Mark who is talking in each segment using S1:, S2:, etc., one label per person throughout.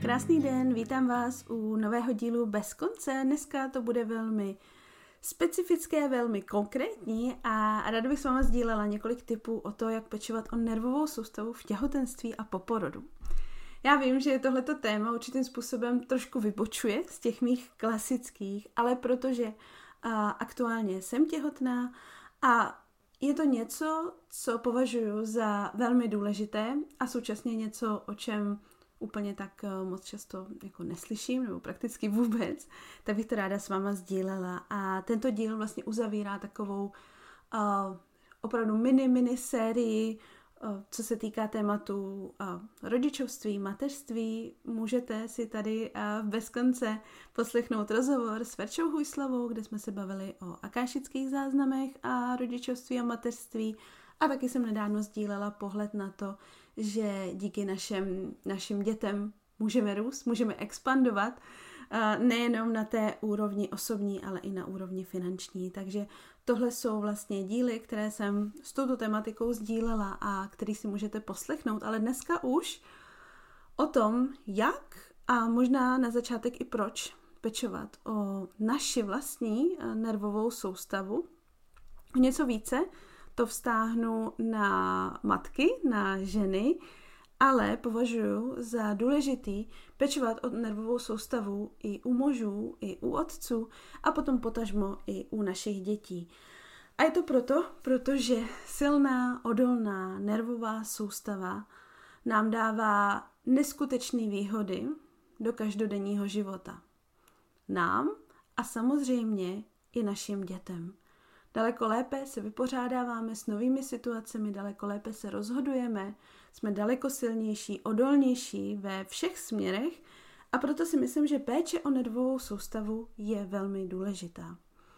S1: Krásný den, vítám vás u nového dílu Bez konce. Dneska to bude velmi specifické, velmi konkrétní a ráda bych s váma sdílela několik tipů o to, jak pečovat o nervovou soustavu v těhotenství a po porodu. Já vím, že tohleto téma určitým způsobem trošku vybočuje z těch mých klasických, ale protože aktuálně jsem těhotná a je to něco, co považuji za velmi důležité a současně něco, o čem úplně tak moc často jako neslyším, nebo prakticky vůbec, tak bych to ráda s váma sdílela. A tento díl vlastně uzavírá takovou opravdu mini sérii, co se týká tématu rodičovství, mateřství. Můžete si tady bez konce poslechnout rozhovor s Verčou Hujslovou, kde jsme se bavili o akášických záznamech a rodičovství a mateřství. A taky jsem nedávno sdílela pohled na to, že díky našim dětem můžeme růst, můžeme expandovat, nejenom na té úrovni osobní, ale i na úrovni finanční. Takže tohle jsou vlastně díly, které jsem s touto tematikou sdílela a který si můžete poslechnout. Ale dneska už o tom, jak a možná na začátek i proč pečovat o naši vlastní nervovou soustavu. Něco více to vztáhnu na matky, na ženy, ale považuji za důležitý pečovat o nervovou soustavu i u mužů, i u otců a potom potažmo i u našich dětí. A je to protože silná, odolná nervová soustava nám dává neskutečné výhody do každodenního života. Nám a samozřejmě i našim dětem. Daleko lépe se vypořádáváme s novými situacemi, daleko lépe se rozhodujeme, jsme daleko silnější, odolnější ve všech směrech a proto si myslím, že péče o nervovou soustavu je velmi důležitá.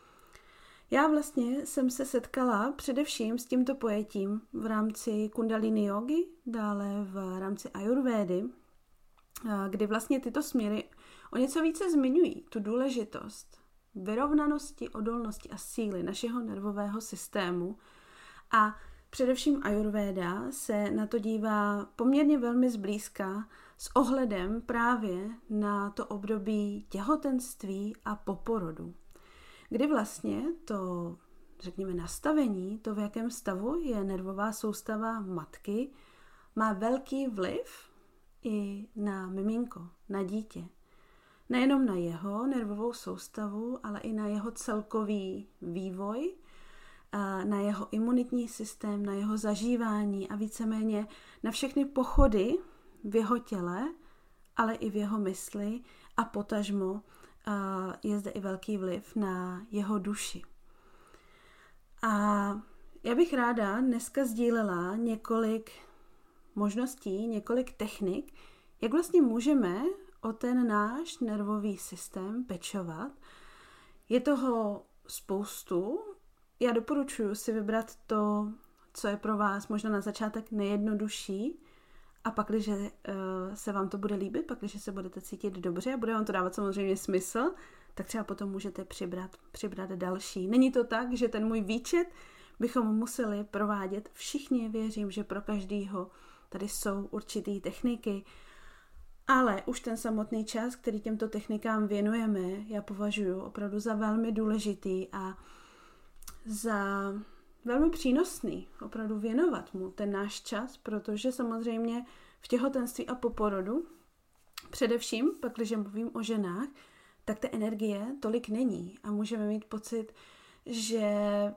S1: Já vlastně jsem se setkala především s tímto pojetím v rámci kundalini jógy, dále v rámci ajurvédy, kdy vlastně tyto směry o něco více zmiňují tu důležitost vyrovnanosti, odolnosti a síly našeho nervového systému a především ajurvéda se na to dívá poměrně velmi zblízka s ohledem právě na to období těhotenství a po porodu, kdy vlastně to, řekněme, nastavení, to v jakém stavu je nervová soustava matky, má velký vliv i na miminko, na dítě. Nejenom na jeho nervovou soustavu, ale i na jeho celkový vývoj, na jeho imunitní systém, na jeho zažívání a víceméně na všechny pochody v jeho těle, ale i v jeho mysli a potažmo je zde i velký vliv na jeho duši. A já bych ráda dneska sdílela několik možností, několik technik, jak vlastně můžeme o ten náš nervový systém pečovat. Je toho spoustu. Já doporučuji si vybrat to, co je pro vás možná na začátek nejjednodušší a pak, když se vám to bude líbit, pak, když se budete cítit dobře a bude vám to dávat samozřejmě smysl, tak třeba potom můžete přibrat další. Není to tak, že ten můj výčet bychom museli provádět všichni. Věřím, že pro každýho tady jsou určitý techniky, ale už ten samotný čas, který těmto technikám věnujeme, já považuji opravdu za velmi důležitý a za velmi přínosný opravdu věnovat mu ten náš čas, protože samozřejmě v těhotenství a po porodu, především pak, když mluvím o ženách, tak té energie tolik není a můžeme mít pocit, že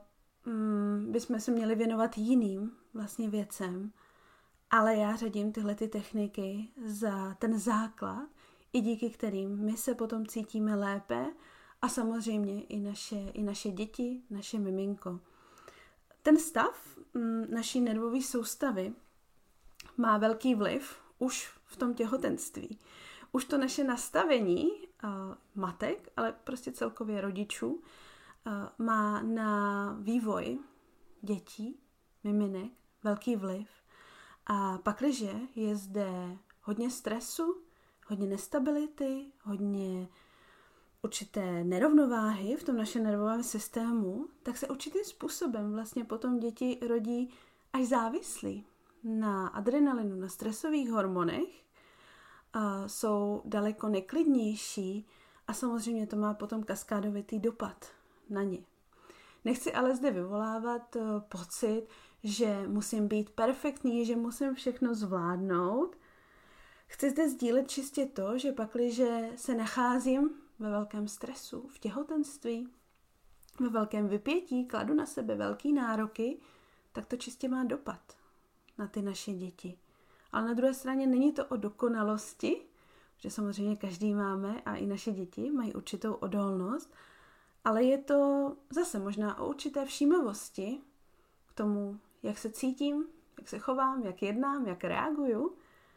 S1: bychom se měli věnovat jiným vlastně věcem, ale já řadím tyhle ty techniky za ten základ, i díky kterým my se potom cítíme lépe a samozřejmě i naše děti, naše miminko. Ten stav naší nervové soustavy má velký vliv už v tom těhotenství. Už to naše nastavení matek, ale prostě celkově rodičů, má na vývoj dětí, miminek velký vliv. A pakliže je zde hodně stresu, hodně nestability, hodně určité nerovnováhy v tom našem nervovém systému, tak se určitým způsobem vlastně potom děti rodí až závislí na adrenalinu, na stresových hormonech jsou daleko neklidnější a samozřejmě to má potom kaskádovitý dopad na ně. Nechci ale zde vyvolávat pocit, že musím být perfektní, že musím všechno zvládnout. Chci zde sdílet čistě to, že pakliže se nacházím ve velkém stresu, v těhotenství, ve velkém vypětí, kladu na sebe velký nároky, tak to čistě má dopad na ty naše děti. Ale na druhé straně není to o dokonalosti, že samozřejmě každý máme a i naše děti mají určitou odolnost, ale je to zase možná o určité všímavosti k tomu, jak se cítím, jak se chovám, jak jednám, jak reaguju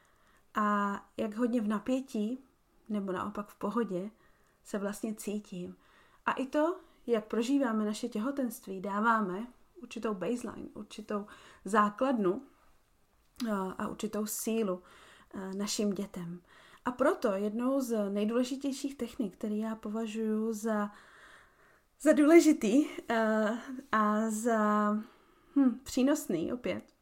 S1: a jak hodně v napětí nebo naopak v pohodě se vlastně cítím. A i to, jak prožíváme naše těhotenství, dáváme určitou baseline, určitou základnu a určitou sílu našim dětem. A proto jednou z nejdůležitějších technik, které já považuji za důležitý a za přínosný opět,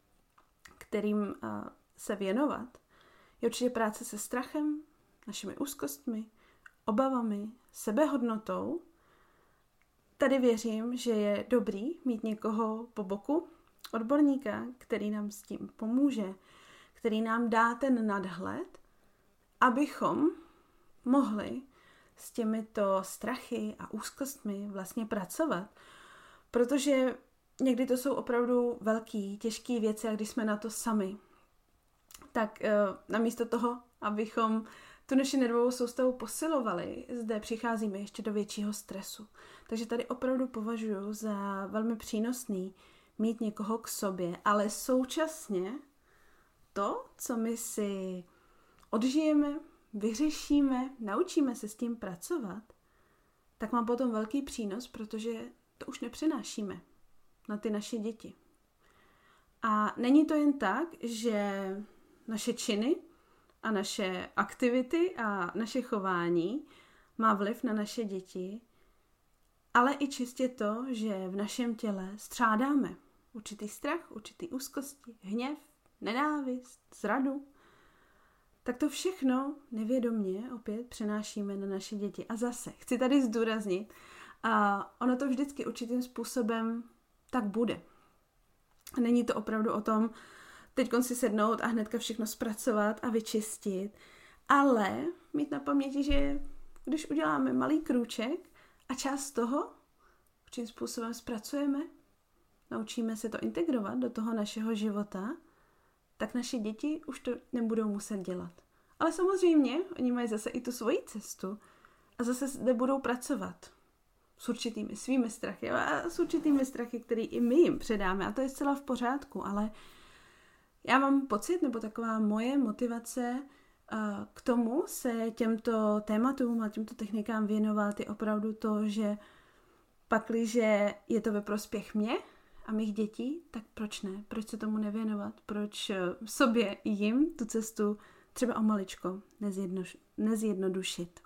S1: kterým se věnovat, je určitě práce se strachem, našimi úzkostmi, obavami, sebehodnotou. Tady věřím, že je dobrý mít někoho po boku, odborníka, který nám s tím pomůže, který nám dá ten nadhled, abychom mohli s těmito strachy a úzkostmi vlastně pracovat. Protože někdy to jsou opravdu velký, těžké věci a když jsme na to sami, tak namísto toho, abychom tu naši nervovou soustavu posilovali, zde přicházíme ještě do většího stresu. Takže tady opravdu považuji za velmi přínosný mít někoho k sobě, ale současně to, co my si odžijeme, vyřešíme, naučíme se s tím pracovat, tak má potom velký přínos, protože to už nepřenášíme na ty naše děti. A není to jen tak, že naše činy a naše aktivity a naše chování má vliv na naše děti, ale i čistě to, že v našem těle střádáme určitý strach, určitý úzkosti, hněv, nenávist, zradu, tak to všechno nevědomně opět přenášíme na naše děti. A zase, chci tady zdůraznit, ono to vždycky určitým způsobem tak bude. Není to opravdu o tom, teďkon si sednout a hnedka všechno zpracovat a vyčistit, ale mít na paměti, že když uděláme malý krůček a část toho určitým způsobem zpracujeme, naučíme se to integrovat do toho našeho života, tak naše děti už to nebudou muset dělat. Ale samozřejmě, oni mají zase i tu svoji cestu a zase zde budou pracovat s určitými svými strachy a s určitými strachy, které i my jim předáme a to je zcela v pořádku, ale já mám pocit, nebo taková moje motivace k tomu se těmto tématům a těmto technikám věnovat je opravdu to, že pakliže je to ve prospěch mě a mých dětí, tak proč ne? Proč se tomu nevěnovat? Proč sobě i jim tu cestu třeba o maličko nezjednodušit?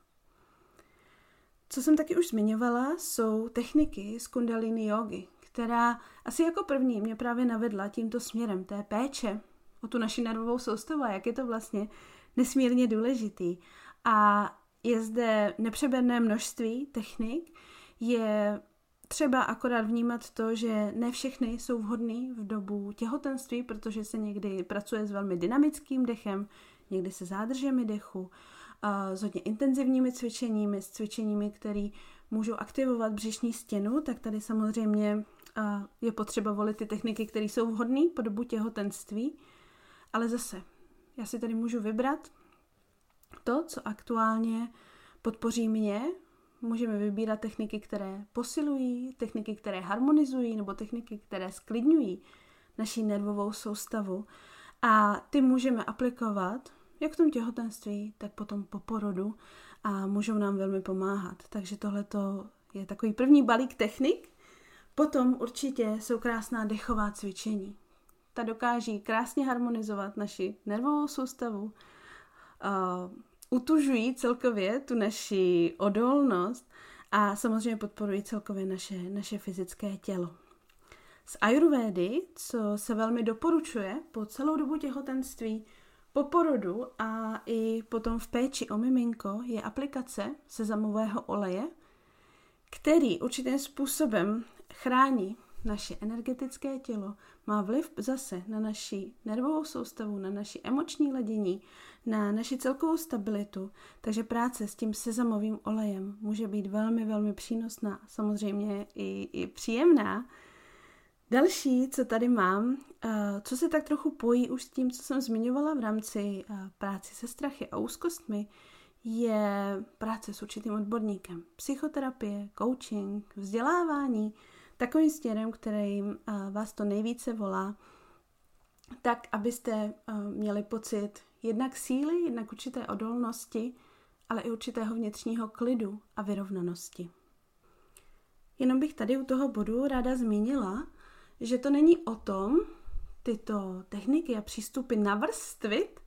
S1: Co jsem taky už zmiňovala, jsou techniky z kundalini jógy, která asi jako první mě právě navedla tímto směrem té péče o tu naši nervovou soustavu a jak je to vlastně nesmírně důležitý. A je zde nepřeberné množství technik, je třeba akorát vnímat to, že ne všechny jsou vhodný v dobu těhotenství, protože se někdy pracuje s velmi dynamickým dechem, někdy se zádržemi dechu, s hodně intenzivními cvičeními, s cvičeními, které můžou aktivovat břišní stěnu, tak tady samozřejmě je potřeba volit ty techniky, které jsou vhodné po dobu těhotenství. Ale zase, já si tady můžu vybrat to, co aktuálně podpoří mě. Můžeme vybírat techniky, které posilují, techniky, které harmonizují, nebo techniky, které sklidňují naši nervovou soustavu. A ty můžeme aplikovat jak v tom těhotenství, tak potom po porodu a můžou nám velmi pomáhat. Takže tohleto je takový první balík technik. Potom určitě jsou krásná dechová cvičení. Ta dokáží krásně harmonizovat naši nervovou soustavu, utužují celkově tu naši odolnost a samozřejmě podporují celkově naše fyzické tělo. Z ajurvédy, co se velmi doporučuje po celou dobu těhotenství, Po porodu a i potom v péči o miminko je aplikace sezamového oleje, který určitým způsobem chrání naše energetické tělo, má vliv zase na naši nervovou soustavu, na naši emoční ladění, na naši celkovou stabilitu, takže práce s tím sezamovým olejem může být velmi, velmi přínosná, samozřejmě i příjemná. Další, co tady mám, co se tak trochu pojí už s tím, co jsem zmiňovala v rámci práci se strachy a úzkostmi, je práce s určitým odborníkem. Psychoterapie, coaching, vzdělávání, takovým směrem, kterým vás to nejvíce volá, tak, abyste měli pocit jednak síly, jednak určité odolnosti, ale i určitého vnitřního klidu a vyrovnanosti. Jenom bych tady u toho bodu ráda zmínila, že to není o tom tyto techniky a přístupy navrstvit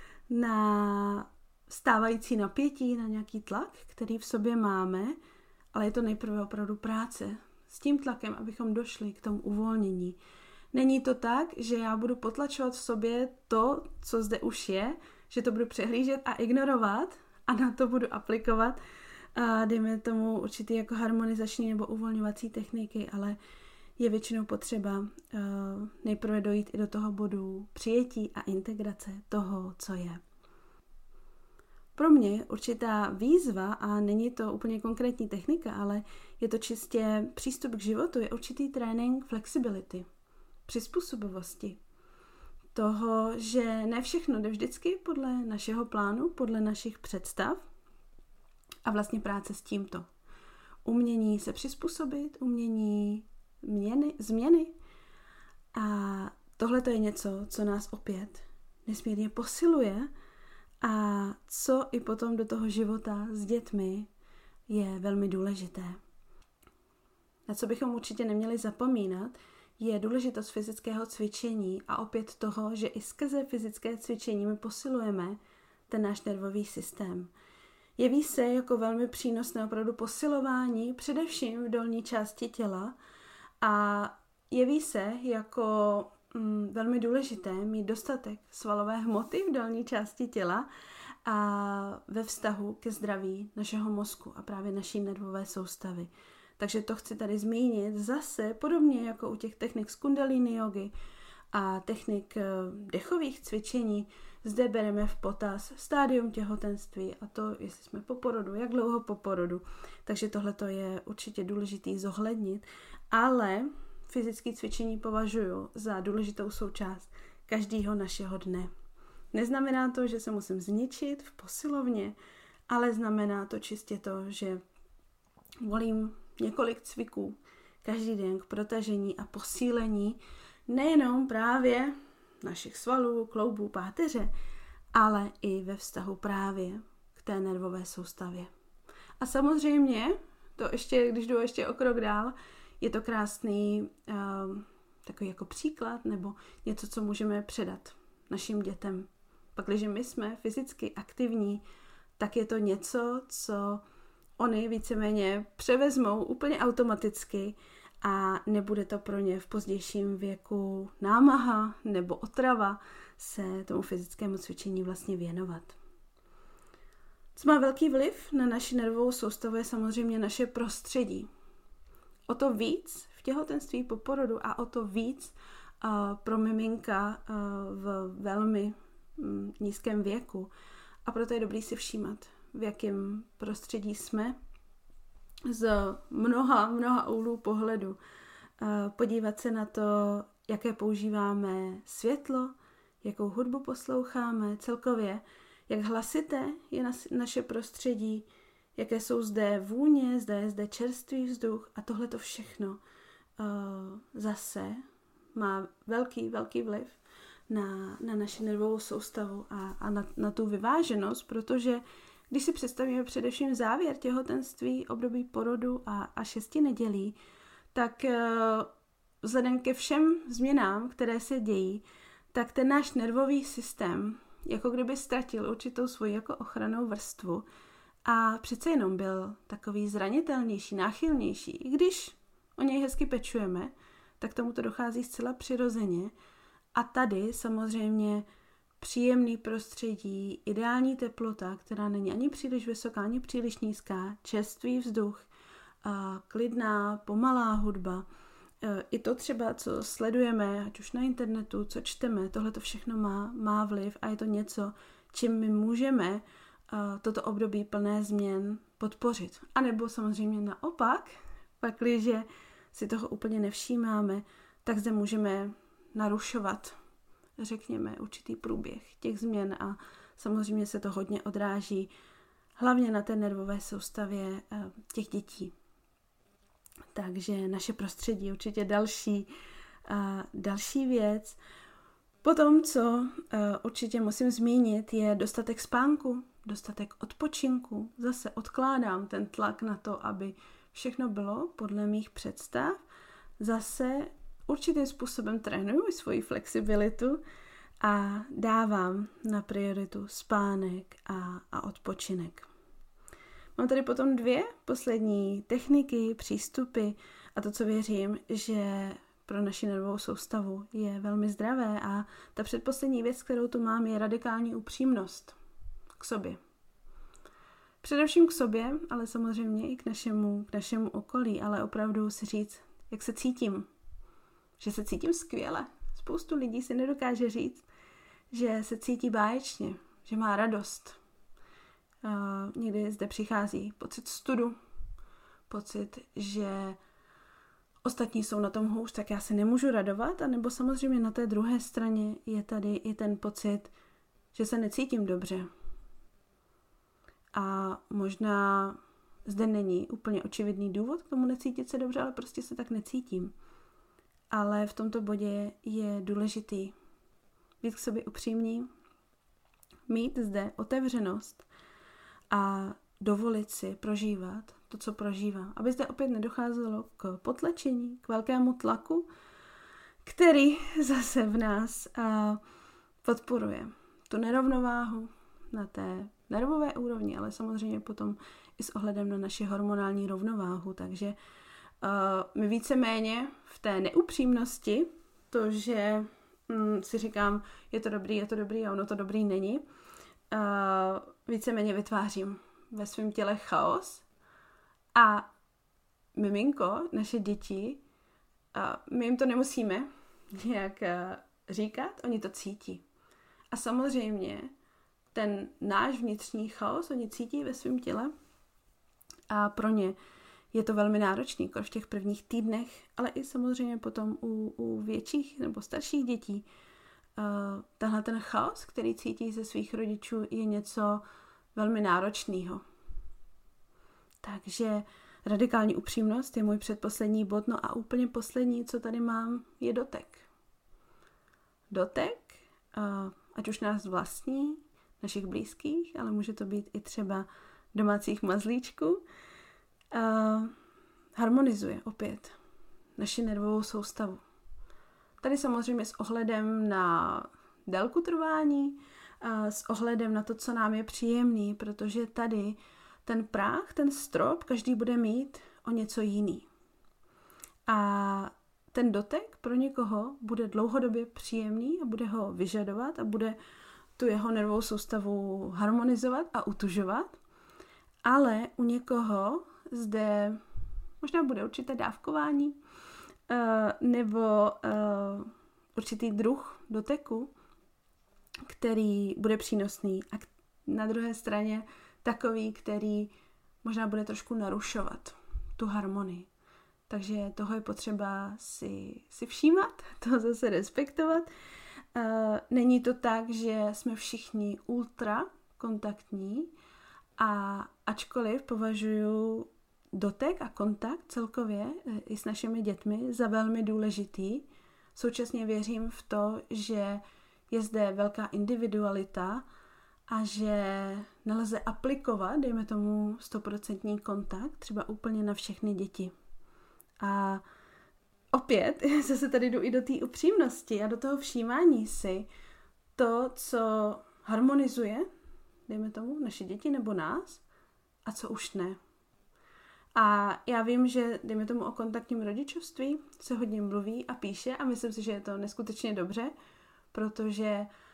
S1: na stávající napětí, na nějaký tlak, který v sobě máme, ale je to nejprve opravdu práce s tím tlakem, abychom došli k tomu uvolnění. Není to tak, že já budu potlačovat v sobě to, co zde už je, že to budu přehlížet a ignorovat a na to budu aplikovat, dejme tomu určitý jako harmonizační nebo uvolňovací techniky, ale je většinou potřeba nejprve dojít i do toho bodu přijetí a integrace toho, co je. Pro mě určitá výzva, a není to úplně konkrétní technika, ale je to čistě přístup k životu, je určitý trénink flexibility, přizpůsobivosti. Toho, že ne všechno jde vždycky podle našeho plánu, podle našich představ a vlastně práce s tímto. Umění se přizpůsobit, umění změny. A tohle to je něco, co nás opět nesmírně posiluje a co i potom do toho života s dětmi je velmi důležité. Na co bychom určitě neměli zapomínat, je důležitost fyzického cvičení a opět toho, že i skrze fyzické cvičení my posilujeme ten náš nervový systém. Jeví se jako velmi přínosné opravdu posilování, především v dolní části těla, a jeví se jako velmi důležité mít dostatek svalové hmoty v dolní části těla a ve vztahu ke zdraví našeho mozku a právě naší nervové soustavy. Takže to chci tady zmínit zase, podobně jako u těch technik z kundalini jogy a technik dechových cvičení, zde bereme v potaz stádium těhotenství a to, jestli jsme po porodu, jak dlouho po porodu. Takže tohle je určitě důležitý zohlednit, ale fyzické cvičení považuji za důležitou součást každého našeho dne. Neznamená to, že se musím zničit v posilovně, ale znamená to čistě to, že volím několik cviků každý den k protažení a posílení nejenom právě našich svalů, kloubů, páteře, ale i ve vztahu právě k té nervové soustavě. A samozřejmě, to ještě, když jdu ještě o krok dál, je to krásný takový jako příklad nebo něco, co můžeme předat našim dětem. Pak, když my jsme fyzicky aktivní, tak je to něco, co oni víceméně převezmou úplně automaticky a nebude to pro ně v pozdějším věku námaha nebo otrava se tomu fyzickému cvičení vlastně věnovat. Co má velký vliv na naši nervovou soustavu je samozřejmě naše prostředí. O to víc v těhotenství po porodu a o to víc pro miminka v velmi nízkém věku. A proto je dobrý si všímat, v jakém prostředí jsme z mnoha úhlů pohledu. Podívat se na to, jaké používáme světlo, jakou hudbu posloucháme, celkově, jak hlasité je naše prostředí, jaké jsou zde vůně, zda je zde čerstvý vzduch a tohle to všechno zase má velký vliv na naši nervovou soustavu a na tu vyváženost, protože když si představíme především závěr těhotenství, období porodu a 6 nedělí, tak vzhledem ke všem změnám, které se dějí, tak ten náš nervový systém jako kdyby ztratil určitou svoji jako ochrannou vrstvu a přece jenom byl takový zranitelnější, náchylnější. I když o něj hezky pečujeme, tak tomu to dochází zcela přirozeně. A tady samozřejmě příjemný prostředí, ideální teplota, která není ani příliš vysoká, ani příliš nízká, čerstvý vzduch, klidná, pomalá hudba. I to třeba, co sledujeme, ať už na internetu, co čteme, tohle to všechno má vliv a je to něco, čím my můžeme toto období plné změn podpořit. A nebo samozřejmě naopak, pakliže si toho úplně nevšímáme, tak zde můžeme narušovat, řekněme, určitý průběh těch změn a samozřejmě se to hodně odráží hlavně na té nervové soustavě těch dětí. Takže naše prostředí je určitě další věc. Potom, co určitě musím zmínit, je dostatek spánku, dostatek odpočinku. Zase odkládám ten tlak na to, aby všechno bylo podle mých představ. Zase určitým způsobem trénuju svoji flexibilitu a dávám na prioritu spánek a odpočinek. Mám tady potom 2 poslední techniky, přístupy a to, co věřím, že pro naši nervovou soustavu je velmi zdravé a ta předposlední věc, kterou tu mám, je radikální upřímnost k sobě. Především k sobě, ale samozřejmě i k našemu okolí, ale opravdu si říct, jak se cítím. Že se cítím skvěle. Spoustu lidí si nedokáže říct, že se cítí báječně, že má radost. Někdy zde přichází pocit studu, pocit, že ostatní jsou na tom hůř, tak já se nemůžu radovat, anebo samozřejmě na té druhé straně je tady i ten pocit, že se necítím dobře. A možná zde není úplně očividný důvod k tomu necítit se dobře, ale prostě se tak necítím. Ale v tomto bodě je důležitý být k sobě upřímný, mít zde otevřenost a dovolit si prožívat to, co prožívám. Aby zde opět nedocházelo k potlačení, k velkému tlaku, který zase v nás podporuje tu nerovnováhu na té nervové úrovni, ale samozřejmě potom i s ohledem na naši hormonální rovnováhu. Takže my víceméně v té neupřímnosti, to, že si říkám, je to dobrý a ono to dobrý není, víceméně vytvářím ve svém těle chaos a miminko, naše děti, my jim to nemusíme nějak říkat, oni to cítí. A samozřejmě ten náš vnitřní chaos oni cítí ve svém těle a pro ně je to velmi náročný, v těch prvních týdnech, ale i samozřejmě potom u větších nebo starších dětí. Tenhle ten chaos, který cítí ze svých rodičů, je něco velmi náročného. Takže radikální upřímnost je můj předposlední bod, no a úplně poslední, co tady mám, je dotek. Dotek, ať už nás vlastní, našich blízkých, ale může to být i třeba domácích mazlíčků, harmonizuje opět naši nervovou soustavu. Tady samozřejmě s ohledem na délku trvání, s ohledem na to, co nám je příjemný, protože tady ten práh, ten strop, každý bude mít o něco jiný. A ten dotek pro někoho bude dlouhodobě příjemný a bude ho vyžadovat a bude tu jeho nervovou soustavu harmonizovat a utužovat. Ale u někoho zde možná bude určité dávkování nebo určitý druh doteku, který bude přínosný a na druhé straně takový, který možná bude trošku narušovat tu harmonii. Takže toho je potřeba si všímat, to zase respektovat. Není to tak, že jsme všichni ultra kontaktní a ačkoliv považuji dotek a kontakt celkově i s našimi dětmi za velmi důležitý, současně věřím v to, že je zde velká individualita a že nelze aplikovat, dejme tomu 100% kontakt, třeba úplně na všechny děti. A opět, zase tady jdu i do té upřímnosti a do toho všímání si to, co harmonizuje, dejme tomu, naše děti nebo nás a co už ne. A já vím, že dejme tomu o kontaktním rodičovství se hodně mluví a píše a myslím si, že je to neskutečně dobře, protože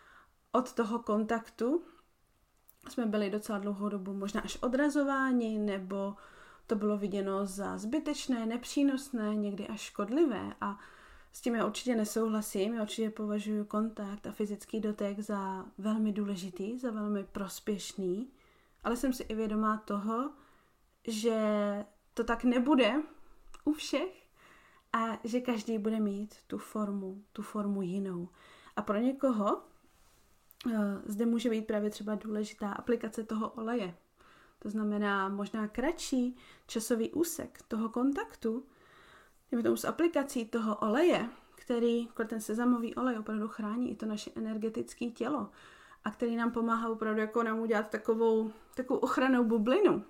S1: od toho kontaktu jsme byli docela dlouhou dobu možná až odrazováni, nebo to bylo viděno za zbytečné, nepřínosné, někdy až škodlivé a s tím já určitě nesouhlasím, já určitě považuji kontakt a fyzický dotek za velmi důležitý, za velmi prospěšný, ale jsem si i vědomá toho, že to tak nebude u všech a že každý bude mít tu formu jinou. A pro někoho zde může být právě třeba důležitá aplikace toho oleje. To znamená možná kratší časový úsek toho kontaktu, tomu s aplikací toho oleje, který, ten sezamový olej opravdu chrání i to naše energetické tělo a který nám pomáhá opravdu jako nám udělat takovou ochrannou bublinu.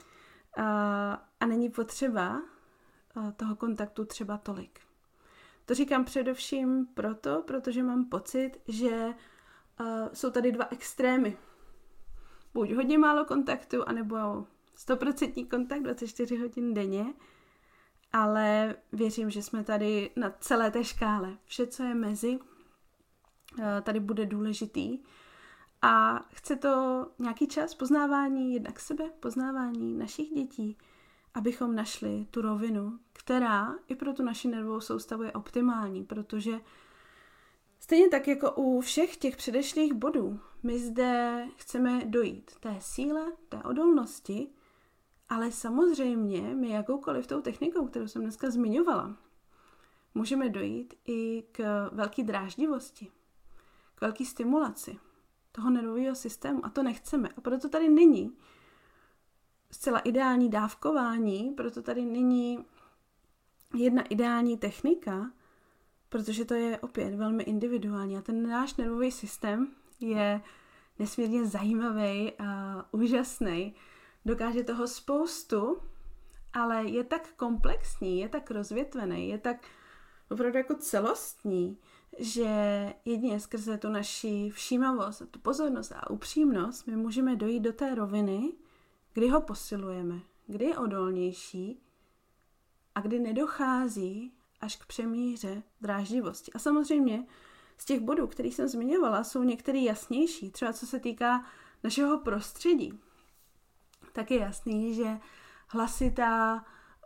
S1: A není potřeba toho kontaktu třeba tolik. To říkám především protože mám pocit, že jsou tady dva extrémy. Buď hodně málo kontaktu, anebo 100% kontakt 24 hodin denně, ale věřím, že jsme tady na celé té škále. Vše, co je mezi, tady bude důležitý a chce to nějaký čas poznávání jednak sebe, poznávání našich dětí, abychom našli tu rovinu, která i pro tu naši nervovou soustavu je optimální, protože stejně tak jako u všech těch předešlých bodů, my zde chceme dojít té síle, té odolnosti, ale samozřejmě my jakoukoliv tou technikou, kterou jsem dneska zmiňovala, můžeme dojít i k velké dráždivosti, k velké stimulaci toho nervového systému a to nechceme. A proto tady není zcela ideální dávkování, proto tady není jedna ideální technika, protože to je opět velmi individuální a ten náš nervový systém je nesmírně zajímavý a úžasný. Dokáže toho spoustu, ale je tak komplexní, je tak rozvětvený, je tak opravdu jako celostní, že jedině skrze tu naši všímavost, tu pozornost a upřímnost my můžeme dojít do té roviny, kdy ho posilujeme, kdy je odolnější a kdy nedochází až k přemíře dráždivosti. A samozřejmě z těch bodů, který jsem zmiňovala, jsou některé jasnější, třeba co se týká našeho prostředí. Tak je jasný, že hlasitá,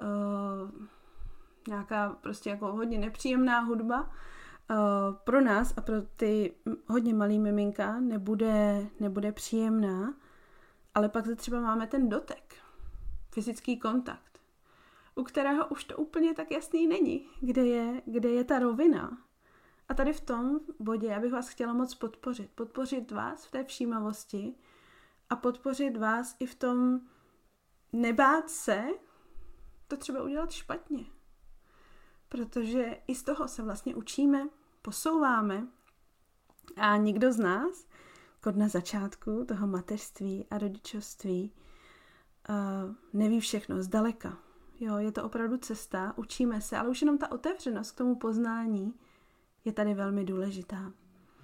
S1: nějaká prostě jako hodně nepříjemná hudba pro nás a pro ty hodně malý miminka nebude příjemná, ale pak třeba máme ten dotek, fyzický kontakt, u kterého už to úplně tak jasný není, kde je ta rovina. A tady v tom bodě já bych vás chtěla moc podpořit vás v té všímavosti a podpořit vás i v tom nebát se to třeba udělat špatně. Protože i z toho se vlastně učíme, posouváme a nikdo z nás, jako na začátku toho mateřství a rodičovství, neví všechno zdaleka. Jo, je to opravdu cesta, učíme se, ale už jenom ta otevřenost k tomu poznání je tady velmi důležitá.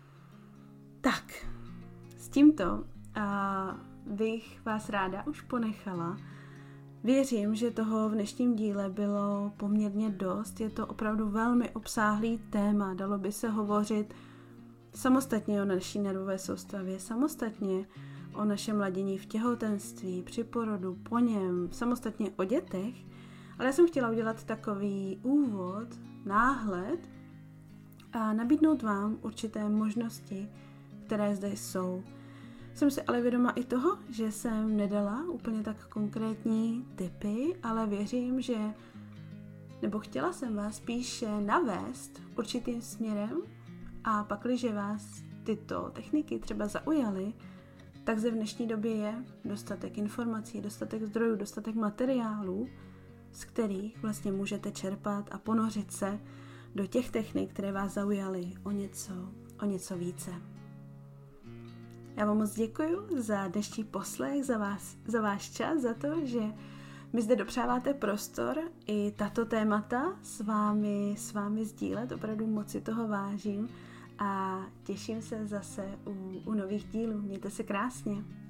S1: Tak, s tímto bych vás ráda už ponechala. Věřím, že toho v dnešním díle bylo poměrně dost. Je to opravdu velmi obsáhlý téma. Dalo by se hovořit samostatně o naší nervové soustavě, samostatně o našem ladění v těhotenství, při porodu, po něm, samostatně o dětech. Ale já jsem chtěla udělat takový úvod, náhled a nabídnout vám určité možnosti, které zde jsou. Jsem si ale vědoma i toho, že jsem nedala úplně tak konkrétní tipy, ale věřím, nebo chtěla jsem vás spíše navést určitým směrem a pakliže vás tyto techniky třeba zaujaly, tak v dnešní době je dostatek informací, dostatek zdrojů, dostatek materiálů, z kterých vlastně můžete čerpat a ponořit se do těch technik, které vás zaujaly o něco více. Já vám moc děkuji za dnešní poslech, za váš čas, za to, že mi zde dopřáváte prostor i tato témata s vámi sdílet. Opravdu moc si toho vážím a těším se zase u nových dílů. Mějte se krásně.